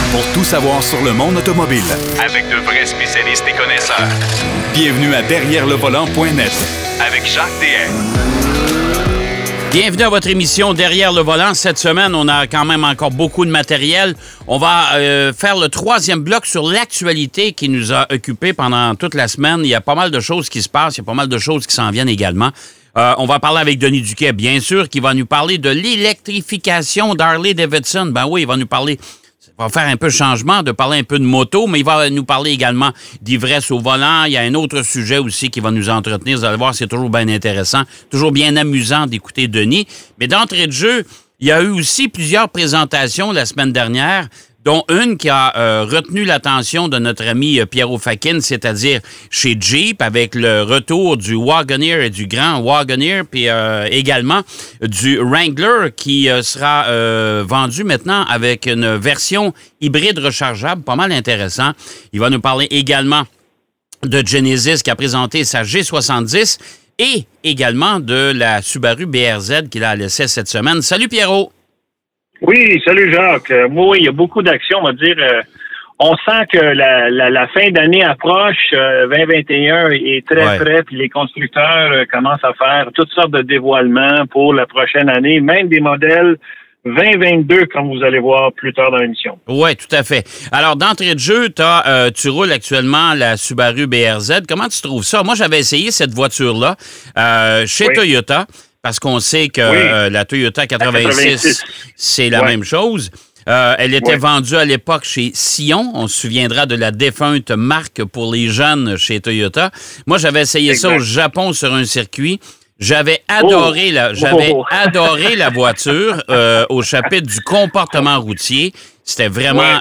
pour tout savoir sur le monde automobile. Avec de vrais spécialistes et connaisseurs. Bienvenue à DerrièreLeVolant.net avec Jacques DM. Bienvenue à votre émission Derrière le volant. Cette semaine, on a quand même encore beaucoup de matériel. On va faire le troisième bloc sur l'actualité qui nous a occupés pendant toute la semaine. Il y a pas mal de choses qui se passent, il y a pas mal de choses qui s'en viennent également. On va parler avec Denis Duquet, bien sûr, qui va nous parler de l'électrification d'Harley-Davidson. Ben oui, il va nous parler... On va faire un peu de changement, de parler un peu de moto, mais il va nous parler également d'ivresse au volant. Il y a un autre sujet aussi qui va nous entretenir. Vous allez voir, c'est toujours bien intéressant, toujours bien amusant d'écouter Denis. Mais d'entrée de jeu, il y a eu aussi plusieurs présentations la semaine dernière, dont une qui a retenu l'attention de notre ami Piero Fakin, c'est-à-dire chez Jeep, avec le retour du Wagoneer et du Grand Wagoneer, puis également du Wrangler qui sera vendu maintenant avec une version hybride rechargeable, pas mal intéressant. Il va nous parler également de Genesis qui a présenté sa G70 et également de la Subaru BRZ qu'il a laissé cette semaine. Salut Piero! Oui, salut Jacques. Oui, il y a beaucoup d'actions, on va dire. On sent que la fin d'année approche, 2021 est très près, puis les constructeurs commencent à faire toutes sortes de dévoilements pour la prochaine année, même des modèles 2022, comme vous allez voir plus tard dans l'émission. Oui, tout à fait. Alors, d'entrée de jeu, tu roules actuellement la Subaru BRZ. Comment tu trouves ça? Moi, j'avais essayé cette voiture-là chez Toyota. Parce qu'on sait que la Toyota 86, c'est la même chose. Elle était vendue à l'époque chez Scion. On se souviendra de la défunte marque pour les jeunes chez Toyota. Moi, j'avais essayé ça au Japon sur un circuit. J'avais adoré adoré la voiture au chapitre du comportement routier. C'était vraiment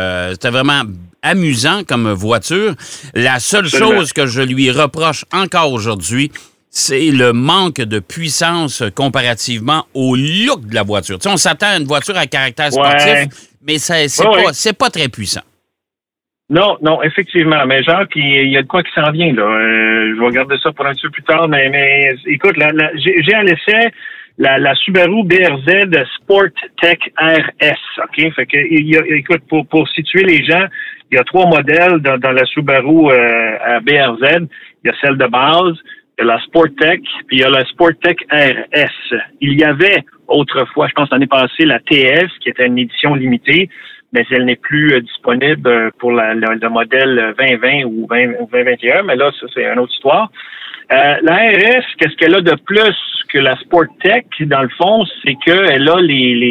amusant comme voiture. La seule chose que je lui reproche encore aujourd'hui, c'est le manque de puissance comparativement au look de la voiture. Tu sais, on s'attend à une voiture à caractère sportif, mais c'est pas très puissant. Non, effectivement. Mais Jacques, il y a de quoi qui s'en vient, là. Je vais regarder ça pour un petit peu plus tard, mais écoute, j'ai à l'essai la Subaru BRZ Sport Tech RS, OK? Fait que, écoute, pour situer les gens, il y a 3 modèles dans la Subaru BRZ. Il y a celle de base, il y a la Sporttech, puis il y a la Sporttech RS. Il y avait autrefois, je pense l'année passée, la TS, qui était une édition limitée, mais elle n'est plus disponible pour le modèle 2020 ou 2021, mais là, ça, c'est une autre histoire. La RS, qu'est-ce qu'elle a de plus que la Sporttech? Dans le fond, c'est qu'elle a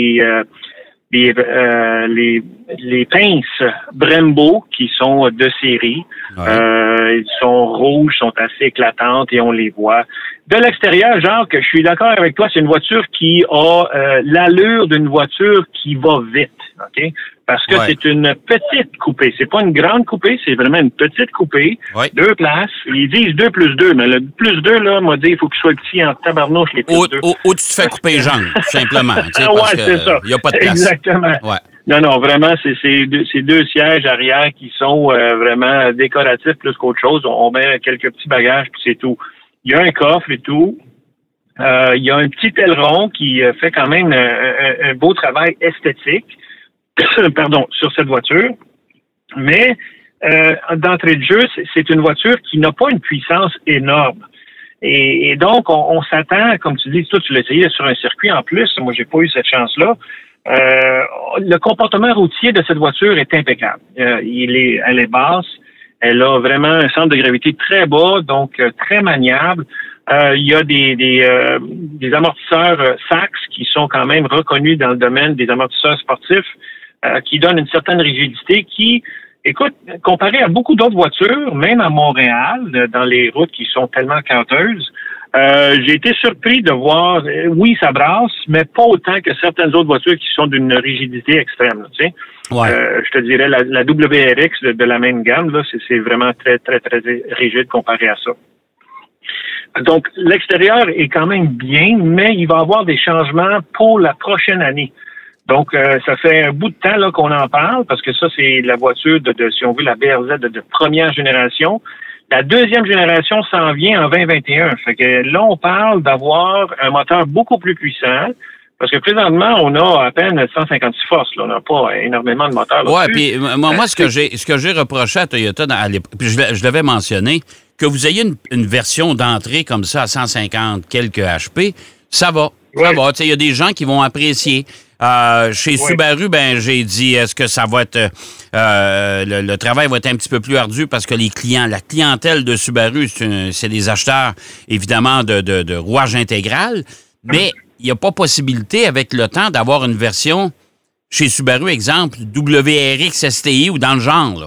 les pinces Brembo qui sont de série. Ils sont rouges, sont assez éclatantes et on les voit. De l'extérieur, Jacques, je suis d'accord avec toi, c'est une voiture qui a l'allure d'une voiture qui va vite, OK? Parce que c'est une petite coupée. C'est pas une grande coupée, c'est vraiment une petite coupée. 2 places. Ils disent 2 plus 2, mais le plus 2, là, m'a dit, il faut qu'il soit petit en tabarnouche, les plus 2. Ou tu te fais couper les jambes, tout simplement. C'est ça. Il n'y a pas de place. Exactement. Ouais. Non, vraiment, c'est 2 sièges arrière qui sont vraiment décoratifs plus qu'autre chose. On met quelques petits bagages, puis c'est tout. Il y a un coffre et tout. Il y a un petit aileron qui fait quand même un beau travail esthétique sur cette voiture. Mais d'entrée de jeu, c'est une voiture qui n'a pas une puissance énorme. Et donc, on s'attend, comme tu dis, toi, tu l'as essayé sur un circuit en plus. Moi, j'ai pas eu cette chance-là. Le comportement routier de cette voiture est impeccable. Elle est basse. Elle a vraiment un centre de gravité très bas, donc très maniable. Il y a des amortisseurs Sachs qui sont quand même reconnus dans le domaine des amortisseurs sportifs, qui donnent une certaine rigidité qui, écoute, comparé à beaucoup d'autres voitures, même à Montréal, dans les routes qui sont tellement canteuses, j'ai été surpris de voir, oui, ça brasse, mais pas autant que certaines autres voitures qui sont d'une rigidité extrême, tu sais. Je te dirais, la WRX de la même gamme, là, c'est vraiment très, très, très rigide comparé à ça. Donc, l'extérieur est quand même bien, mais il va y avoir des changements pour la prochaine année. Donc, ça fait un bout de temps là qu'on en parle, parce que ça, c'est la voiture si on veut, la BRZ de première génération. La deuxième génération s'en vient en 2021. Fait que là, on parle d'avoir un moteur beaucoup plus puissant, Parce que présentement, on a à peine 156 forces. Là. On n'a pas énormément de moteurs. Oui, puis moi, ce que j'ai reproché à Toyota à l'époque, puis je l'avais mentionné, que vous ayez une version d'entrée comme ça à 150 quelques HP, ça va. Ça va. Il y a des gens qui vont apprécier. Chez Subaru, j'ai dit, est-ce que ça va être... le travail va être un petit peu plus ardu parce que la clientèle de Subaru, c'est des acheteurs, évidemment, de rouage intégral, mais il n'y a pas possibilité, avec le temps, d'avoir une version chez Subaru, exemple, WRX STI ou dans le genre, là.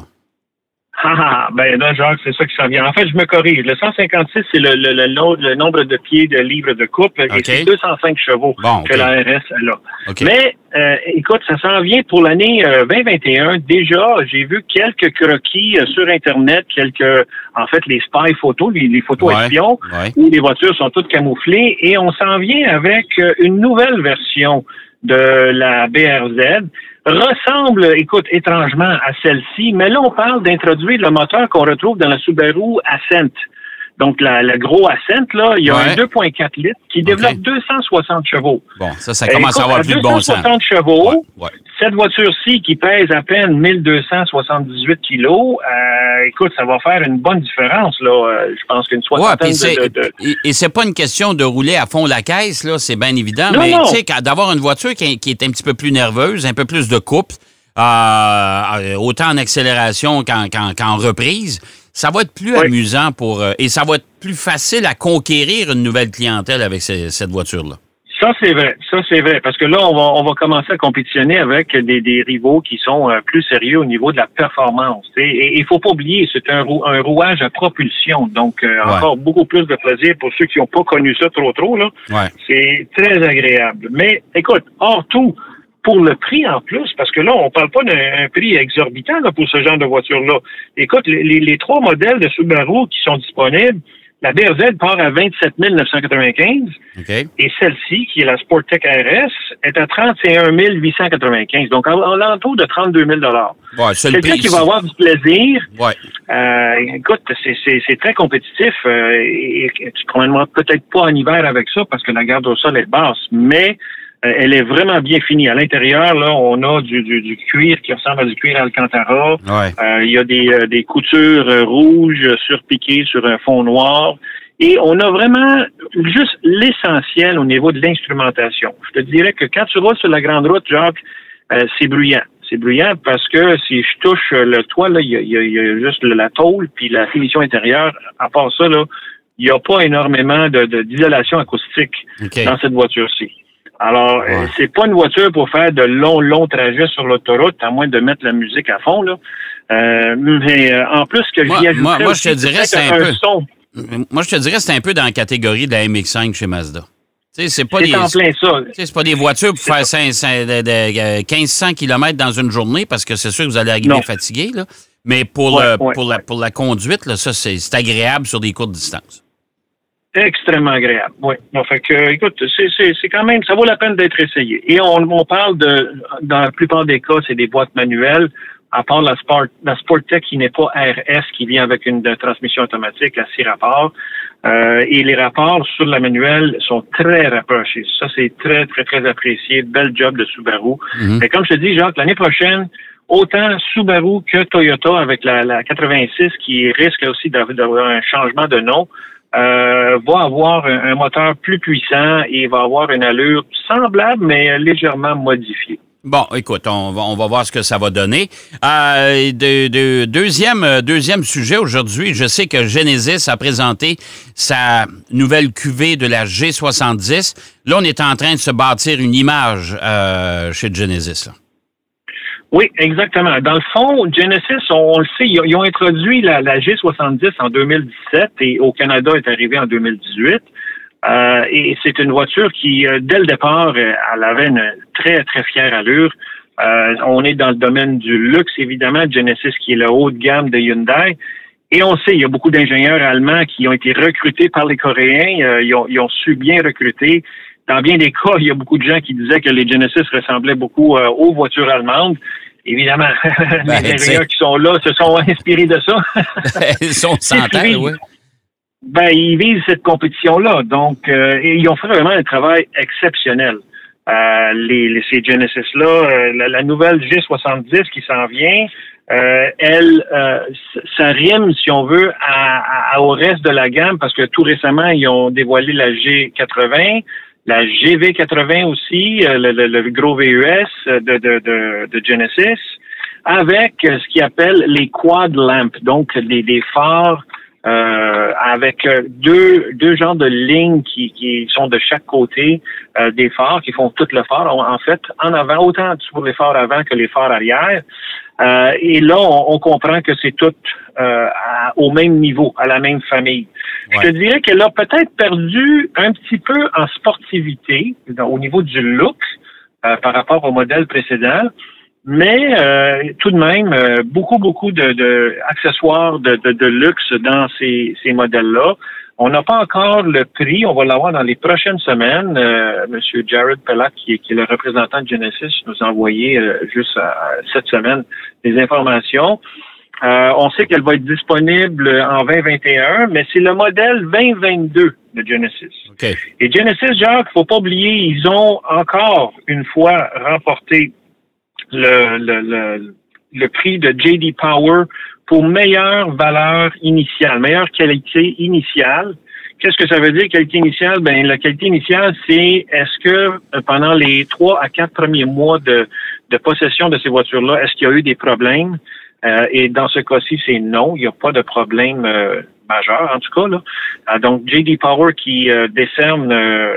Là, Jacques, c'est ça qui s'en vient. En fait, je me corrige. Le 156, c'est le nombre de pieds de livres de coupe et c'est 205 chevaux que la RS a. Okay. Mais, écoute, ça s'en vient pour l'année 2021. Déjà, j'ai vu quelques croquis sur Internet, les spy photos, les photos espions, où les voitures sont toutes camouflées et on s'en vient avec une nouvelle version de la BRZ. Ressemble, écoute, étrangement à celle-ci, mais là, on parle d'introduire le moteur qu'on retrouve dans la Subaru Ascent. Donc, le gros Ascent, là, il y a un 2.4 litres qui développe 260 chevaux. Bon, ça commence à avoir plus de bon sens. 260 chevaux, cette voiture-ci qui pèse à peine 1278 kilos, écoute, ça va faire une bonne différence, là. Je pense qu'une soixantaine Et c'est pas une question de rouler à fond la caisse, là, c'est bien évident, mais tu sais, d'avoir une voiture qui est un petit peu plus nerveuse, un peu plus de couple, autant en accélération qu'en reprise, ça va être plus amusant et ça va être plus facile à conquérir une nouvelle clientèle avec cette voiture-là. Ça, c'est vrai. Parce que là, on va commencer à compétitionner avec des rivaux qui sont plus sérieux au niveau de la performance. Et il faut pas oublier, c'est un rouage à propulsion. Donc, encore beaucoup plus de plaisir pour ceux qui n'ont pas connu ça trop, là. Ouais. C'est très agréable. Mais, écoute, hors tout, pour le prix en plus, parce que là, on parle pas d'un prix exorbitant là, pour ce genre de voiture-là. Écoute, les trois modèles de Subaru qui sont disponibles, la BRZ part à 27 995 et celle-ci, qui est la Sportec RS, est à 31 895. Donc, à l'entour de 32 000 quelqu'un qui va avoir du plaisir, écoute, c'est très compétitif. Et tu ne promèneras peut-être pas en hiver avec ça parce que la garde au sol est basse, mais elle est vraiment bien finie. À l'intérieur, là, on a du cuir qui ressemble à du cuir Alcantara. Il y a des coutures rouges surpiquées sur un fond noir. Et on a vraiment juste l'essentiel au niveau de l'instrumentation. Je te dirais que quand tu roules sur la grande route, Jacques, c'est bruyant. C'est bruyant parce que si je touche le toit, là, il y a juste la tôle puis la finition intérieure. À part ça, là, il n'y a pas énormément d'isolation acoustique dans cette voiture-ci. Alors, c'est pas une voiture pour faire de longs trajets sur l'autoroute, à moins de mettre la musique à fond, là. Mais en plus, que j'y ajouterais moi, je te dirais, c'est un peu... Moi, je te dirais, c'est un peu dans la catégorie de la MX-5 chez Mazda. C'est pas en plein ça. C'est pas des voitures pour faire 1500 km dans une journée, parce que c'est sûr que vous allez arriver fatigué, là. Mais pour la conduite, là, ça, c'est agréable sur des courtes distances. Extrêmement agréable, oui. Donc, fait que, écoute, c'est quand même, ça vaut la peine d'être essayé. Et on parle dans la plupart des cas, c'est des boîtes manuelles, à part la Sportec qui n'est pas RS, qui vient avec une transmission automatique à 6 rapports. Et les rapports sur la manuelle sont très rapprochés. Ça, c'est très, très, très apprécié. Bel job de Subaru. Mais comme je te dis, Jacques, l'année prochaine, autant Subaru que Toyota avec la 86 qui risque aussi d'avoir un changement de nom, va avoir un moteur plus puissant et va avoir une allure semblable, mais légèrement modifiée. Bon, écoute, on va voir ce que ça va donner. Deuxième sujet aujourd'hui, je sais que Genesis a présenté sa nouvelle cuvée de la G70. Là, on est en train de se bâtir une image chez Genesis, là. Oui, exactement. Dans le fond, Genesis, on le sait, ils ont introduit la G70 en 2017 et au Canada est arrivée en 2018. Et c'est une voiture qui, dès le départ, elle avait une très, très fière allure. On est dans le domaine du luxe, évidemment. Genesis, qui est le haut de gamme de Hyundai. Et on sait, il y a beaucoup d'ingénieurs allemands qui ont été recrutés par les Coréens. Ils ont su bien recruter. Dans bien des cas, il y a beaucoup de gens qui disaient que les Genesis ressemblaient beaucoup aux voitures allemandes. Évidemment, les ingénieurs qui sont là se sont inspirés de ça. Ils sont centaines, oui. Ils visent cette compétition-là. Donc, ils ont fait vraiment un travail exceptionnel. ces Genesis-là, la nouvelle G70 qui s'en vient, ça rime, si on veut, au reste de la gamme, parce que tout récemment, ils ont dévoilé la G80, la GV80 aussi, le gros VUS de Genesis, avec ce qu'ils appellent les quad lamps, donc des phares avec deux genres de lignes qui sont de chaque côté des phares, qui font tout le phare, en fait, en avant, autant pour les phares avant que les phares arrière. Et là, on comprend que c'est tout au même niveau, à la même famille. Ouais. Je te dirais qu'elle a peut-être perdu un petit peu en sportivité, au niveau du look, par rapport au modèle précédent. Mais tout de même, beaucoup de accessoires de luxe dans ces modèles-là. On n'a pas encore le prix, on va l'avoir dans les prochaines semaines. Monsieur Jared Pelak, qui est le représentant de Genesis, nous a envoyé juste cette semaine des informations. On sait qu'elle va être disponible en 2021, mais c'est le modèle 2022 de Genesis. Okay. Et Genesis, Jacques, faut pas oublier, ils ont encore une fois remporté le prix de J.D. Power pour meilleure valeur initiale, meilleure qualité initiale. Qu'est-ce que ça veut dire, qualité initiale? Ben, la qualité initiale, c'est est-ce que pendant les 3 à 4 premiers mois de possession de ces voitures-là, est-ce qu'il y a eu des problèmes? Et dans ce cas-ci, c'est non, il n'y a pas de problème majeur, en tout cas, là. Donc, J.D. Power qui décerne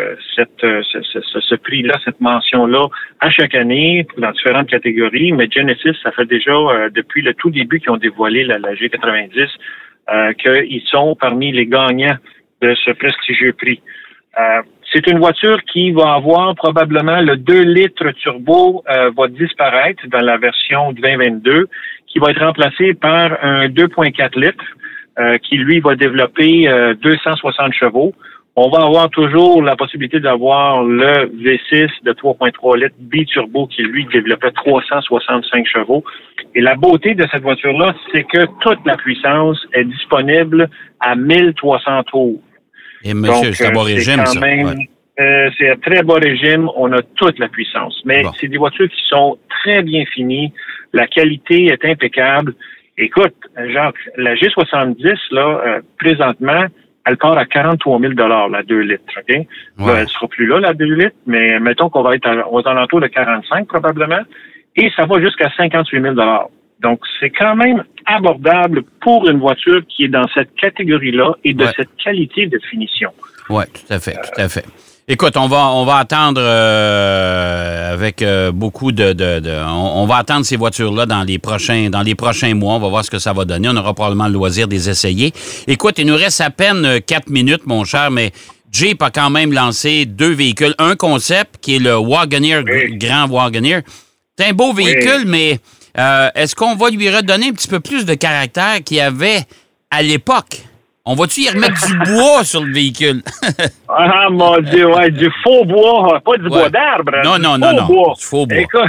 ce prix-là, cette mention-là, à chaque année, dans différentes catégories, mais Genesis, ça fait déjà, depuis le tout début qu'ils ont dévoilé la G90, qu'ils sont parmi les gagnants de ce prestigieux prix. C'est une voiture qui va avoir probablement le 2 litres turbo va disparaître dans la version 2022, qui va être remplacé par un 2.4 litres qui, lui, va développer 260 chevaux. On va avoir toujours la possibilité d'avoir le V6 de 3.3 litres biturbo qui, lui, développait 365 chevaux. Et la beauté de cette voiture-là, c'est que toute la puissance est disponible à 1300 tours. Et monsieur, c'est un bon régime, ça. C'est un très bas régime. On a toute la puissance. Mais c'est des voitures qui sont très bien finies. La qualité est impeccable. Écoute, Jacques, la G70, là, présentement, elle part à 43 000 $, la 2 litres, OK? Ouais. Là, elle sera plus là, la 2 litres, mais mettons qu'on va être aux alentours de 45, probablement. Et ça va jusqu'à 58 000 $. Donc, c'est quand même abordable pour une voiture qui est dans cette catégorie-là et de cette qualité de finition. Oui, tout à fait, tout à fait. Écoute, on va attendre avec beaucoup on va attendre ces voitures-là dans les prochains mois. On va voir ce que ça va donner. On aura probablement le loisir de les essayer. Écoute, il nous reste à peine 4 minutes, mon cher, mais Jeep a quand même lancé 2 véhicules. Un concept qui est le Wagoneer, grand Wagoneer. C'est un beau véhicule, mais est-ce qu'on va lui redonner un petit peu plus de caractère qu'il y avait à l'époque? On va-tu y remettre du bois sur le véhicule? Ah, mon Dieu, ouais, du faux bois, pas du bois d'arbre. Non, bois. Du faux bois. Écoute,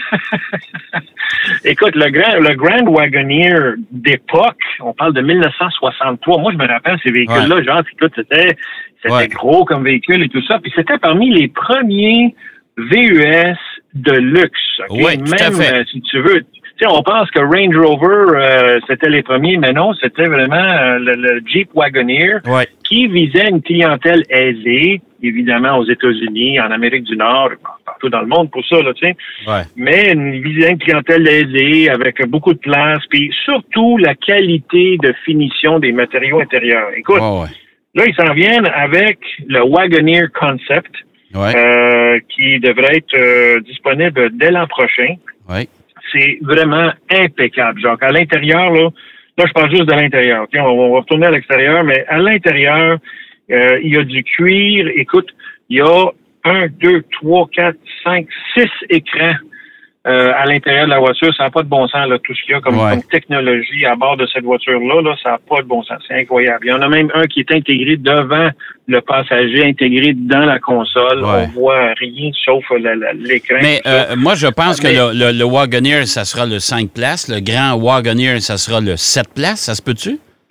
écoute, le Grand Wagoneer d'époque, on parle de 1963. Moi, je me rappelle ces véhicules-là, genre, écoute, c'était gros comme véhicule et tout ça. Puis c'était parmi les premiers VUS de luxe. Okay? Oui, tout à fait. Si tu veux... Tu sais, on pense que Range Rover, c'était les premiers, mais non, c'était vraiment le Jeep Wagoneer qui visait une clientèle aisée, évidemment aux États-Unis, en Amérique du Nord, partout dans le monde pour ça, là, tu sais. Ouais. Mais il visait une clientèle aisée avec beaucoup de place, puis surtout la qualité de finition des matériaux intérieurs. Écoute, là, ils s'en viennent avec le Wagoneer Concept, qui devrait être disponible dès l'an prochain. Oui. C'est vraiment impeccable. Genre, à l'intérieur, là, je parle juste de l'intérieur. Okay? On va retourner à l'extérieur, mais à l'intérieur, il y a du cuir. Écoute, il y a 1, 2, 3, 4, 5, 6 écrans à l'intérieur de la voiture. Ça n'a pas de bon sens, là, tout ce qu'il y a comme technologie à bord de cette voiture-là. Là, ça n'a pas de bon sens. C'est incroyable. Il y en a même un qui est intégré devant le passager, intégré dans la console. On voit rien sauf l'écran. Mais moi, je pense que le Wagoneer, ça sera le 5 places. Le grand Wagoneer, ça sera le 7 places. Ça se peut-tu?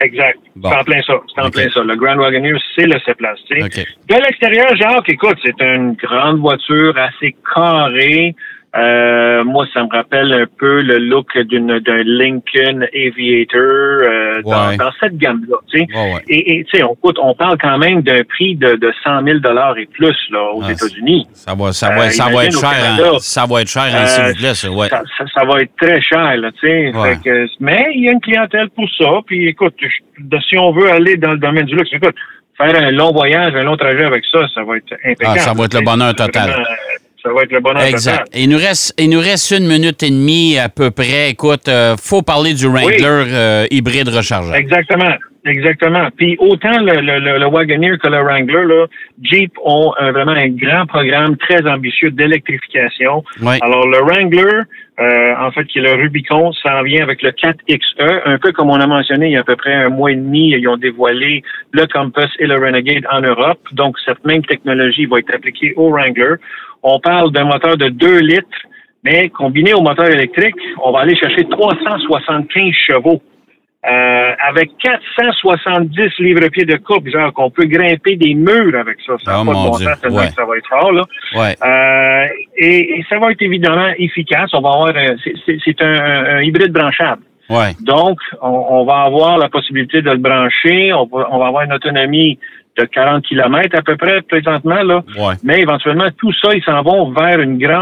Exact. Bon. C'est en plein ça. C'est en plein ça. Le Grand Wagoneer, c'est le C-Place. OK. De l'extérieur, Jacques, écoute, c'est une grande voiture assez carrée. Moi, ça me rappelle un peu le look d'un Lincoln Aviator dans cette gamme-là. Tu sais. Et tu sais, on parle quand même d'un prix de 100 000 $ et plus là aux États-Unis. Ça va être cher. Ça va être cher, s'il vous plaît, ça. Ouais. Ça va être très cher, là, tu sais. Ouais. Mais il y a une clientèle pour ça. Puis écoute, si on veut aller dans le domaine du luxe, écoute, faire un long voyage, un long trajet avec ça, ça va être impeccable. Ça va être le bonheur total. Vraiment, ça va être le bonheur exact. total. Il nous reste 1 minute et demie à peu près. Écoute, faut parler du Wrangler hybride rechargeable. Exactement. Puis autant le Wagoneer que le Wrangler, là, Jeep ont vraiment un grand programme très ambitieux d'électrification. Oui. Alors le Wrangler, en fait, qui est le Rubicon, s'en vient avec le 4XE, un peu comme on a mentionné il y a à peu près 1 mois et demi, ils ont dévoilé le Compass et le Renegade en Europe. Donc cette même technologie va être appliquée au Wrangler. On parle d'un moteur de 2 litres, mais combiné au moteur électrique, on va aller chercher 375 chevaux. Avec 470 livres-pieds de coupe, genre qu'on peut grimper des murs avec ça. Ça n'a pas de bon sens, tellement que ça va être fort, là. Ouais. Et ça va être évidemment efficace. On va avoir c'est un hybride branchable. Ouais. Donc, on va avoir la possibilité de le brancher. On va avoir une autonomie de 40 km à peu près présentement, là. Ouais. Mais éventuellement, tout ça, ils s'en vont vers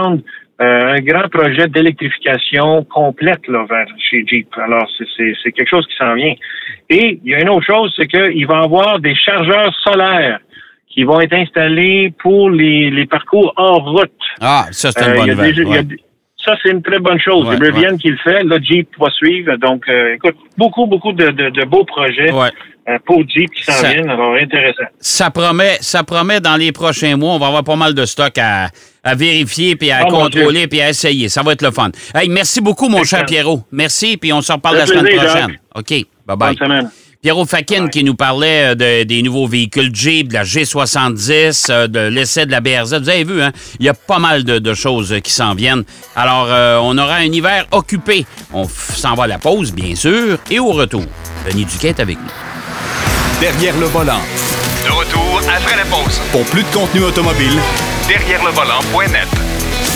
un grand projet d'électrification complète là, vers chez Jeep. Alors, c'est quelque chose qui s'en vient. Et il y a une autre chose, c'est qu'il va y avoir des chargeurs solaires qui vont être installés pour les parcours hors route. Ah, ça, c'est une bonne nouvelle. Ça, c'est une très bonne chose. C'est Rivian qui le fait. Là, Jeep va suivre. Donc, écoute, beaucoup de beaux projets pour Jeep qui s'en viennent. Alors, intéressant. Ça promet dans les prochains mois. On va avoir pas mal de stock à vérifier, puis à contrôler, puis à essayer. Ça va être le fun. Hey, merci beaucoup, mon cher Pierrot. Merci, puis on se reparle la semaine prochaine. OK, bye-bye. Bonne semaine. Pierrot Fakin qui nous parlait des nouveaux véhicules Jeep, de la G70, de l'essai de la BRZ. Vous avez vu, hein? Il y a pas mal de choses qui s'en viennent. Alors, on aura un hiver occupé. On s'en va à la pause, bien sûr, et au retour. Denis Duquet est avec nous. Derrière le volant. De retour après la pause. Pour plus de contenu automobile, derrière le volant.net.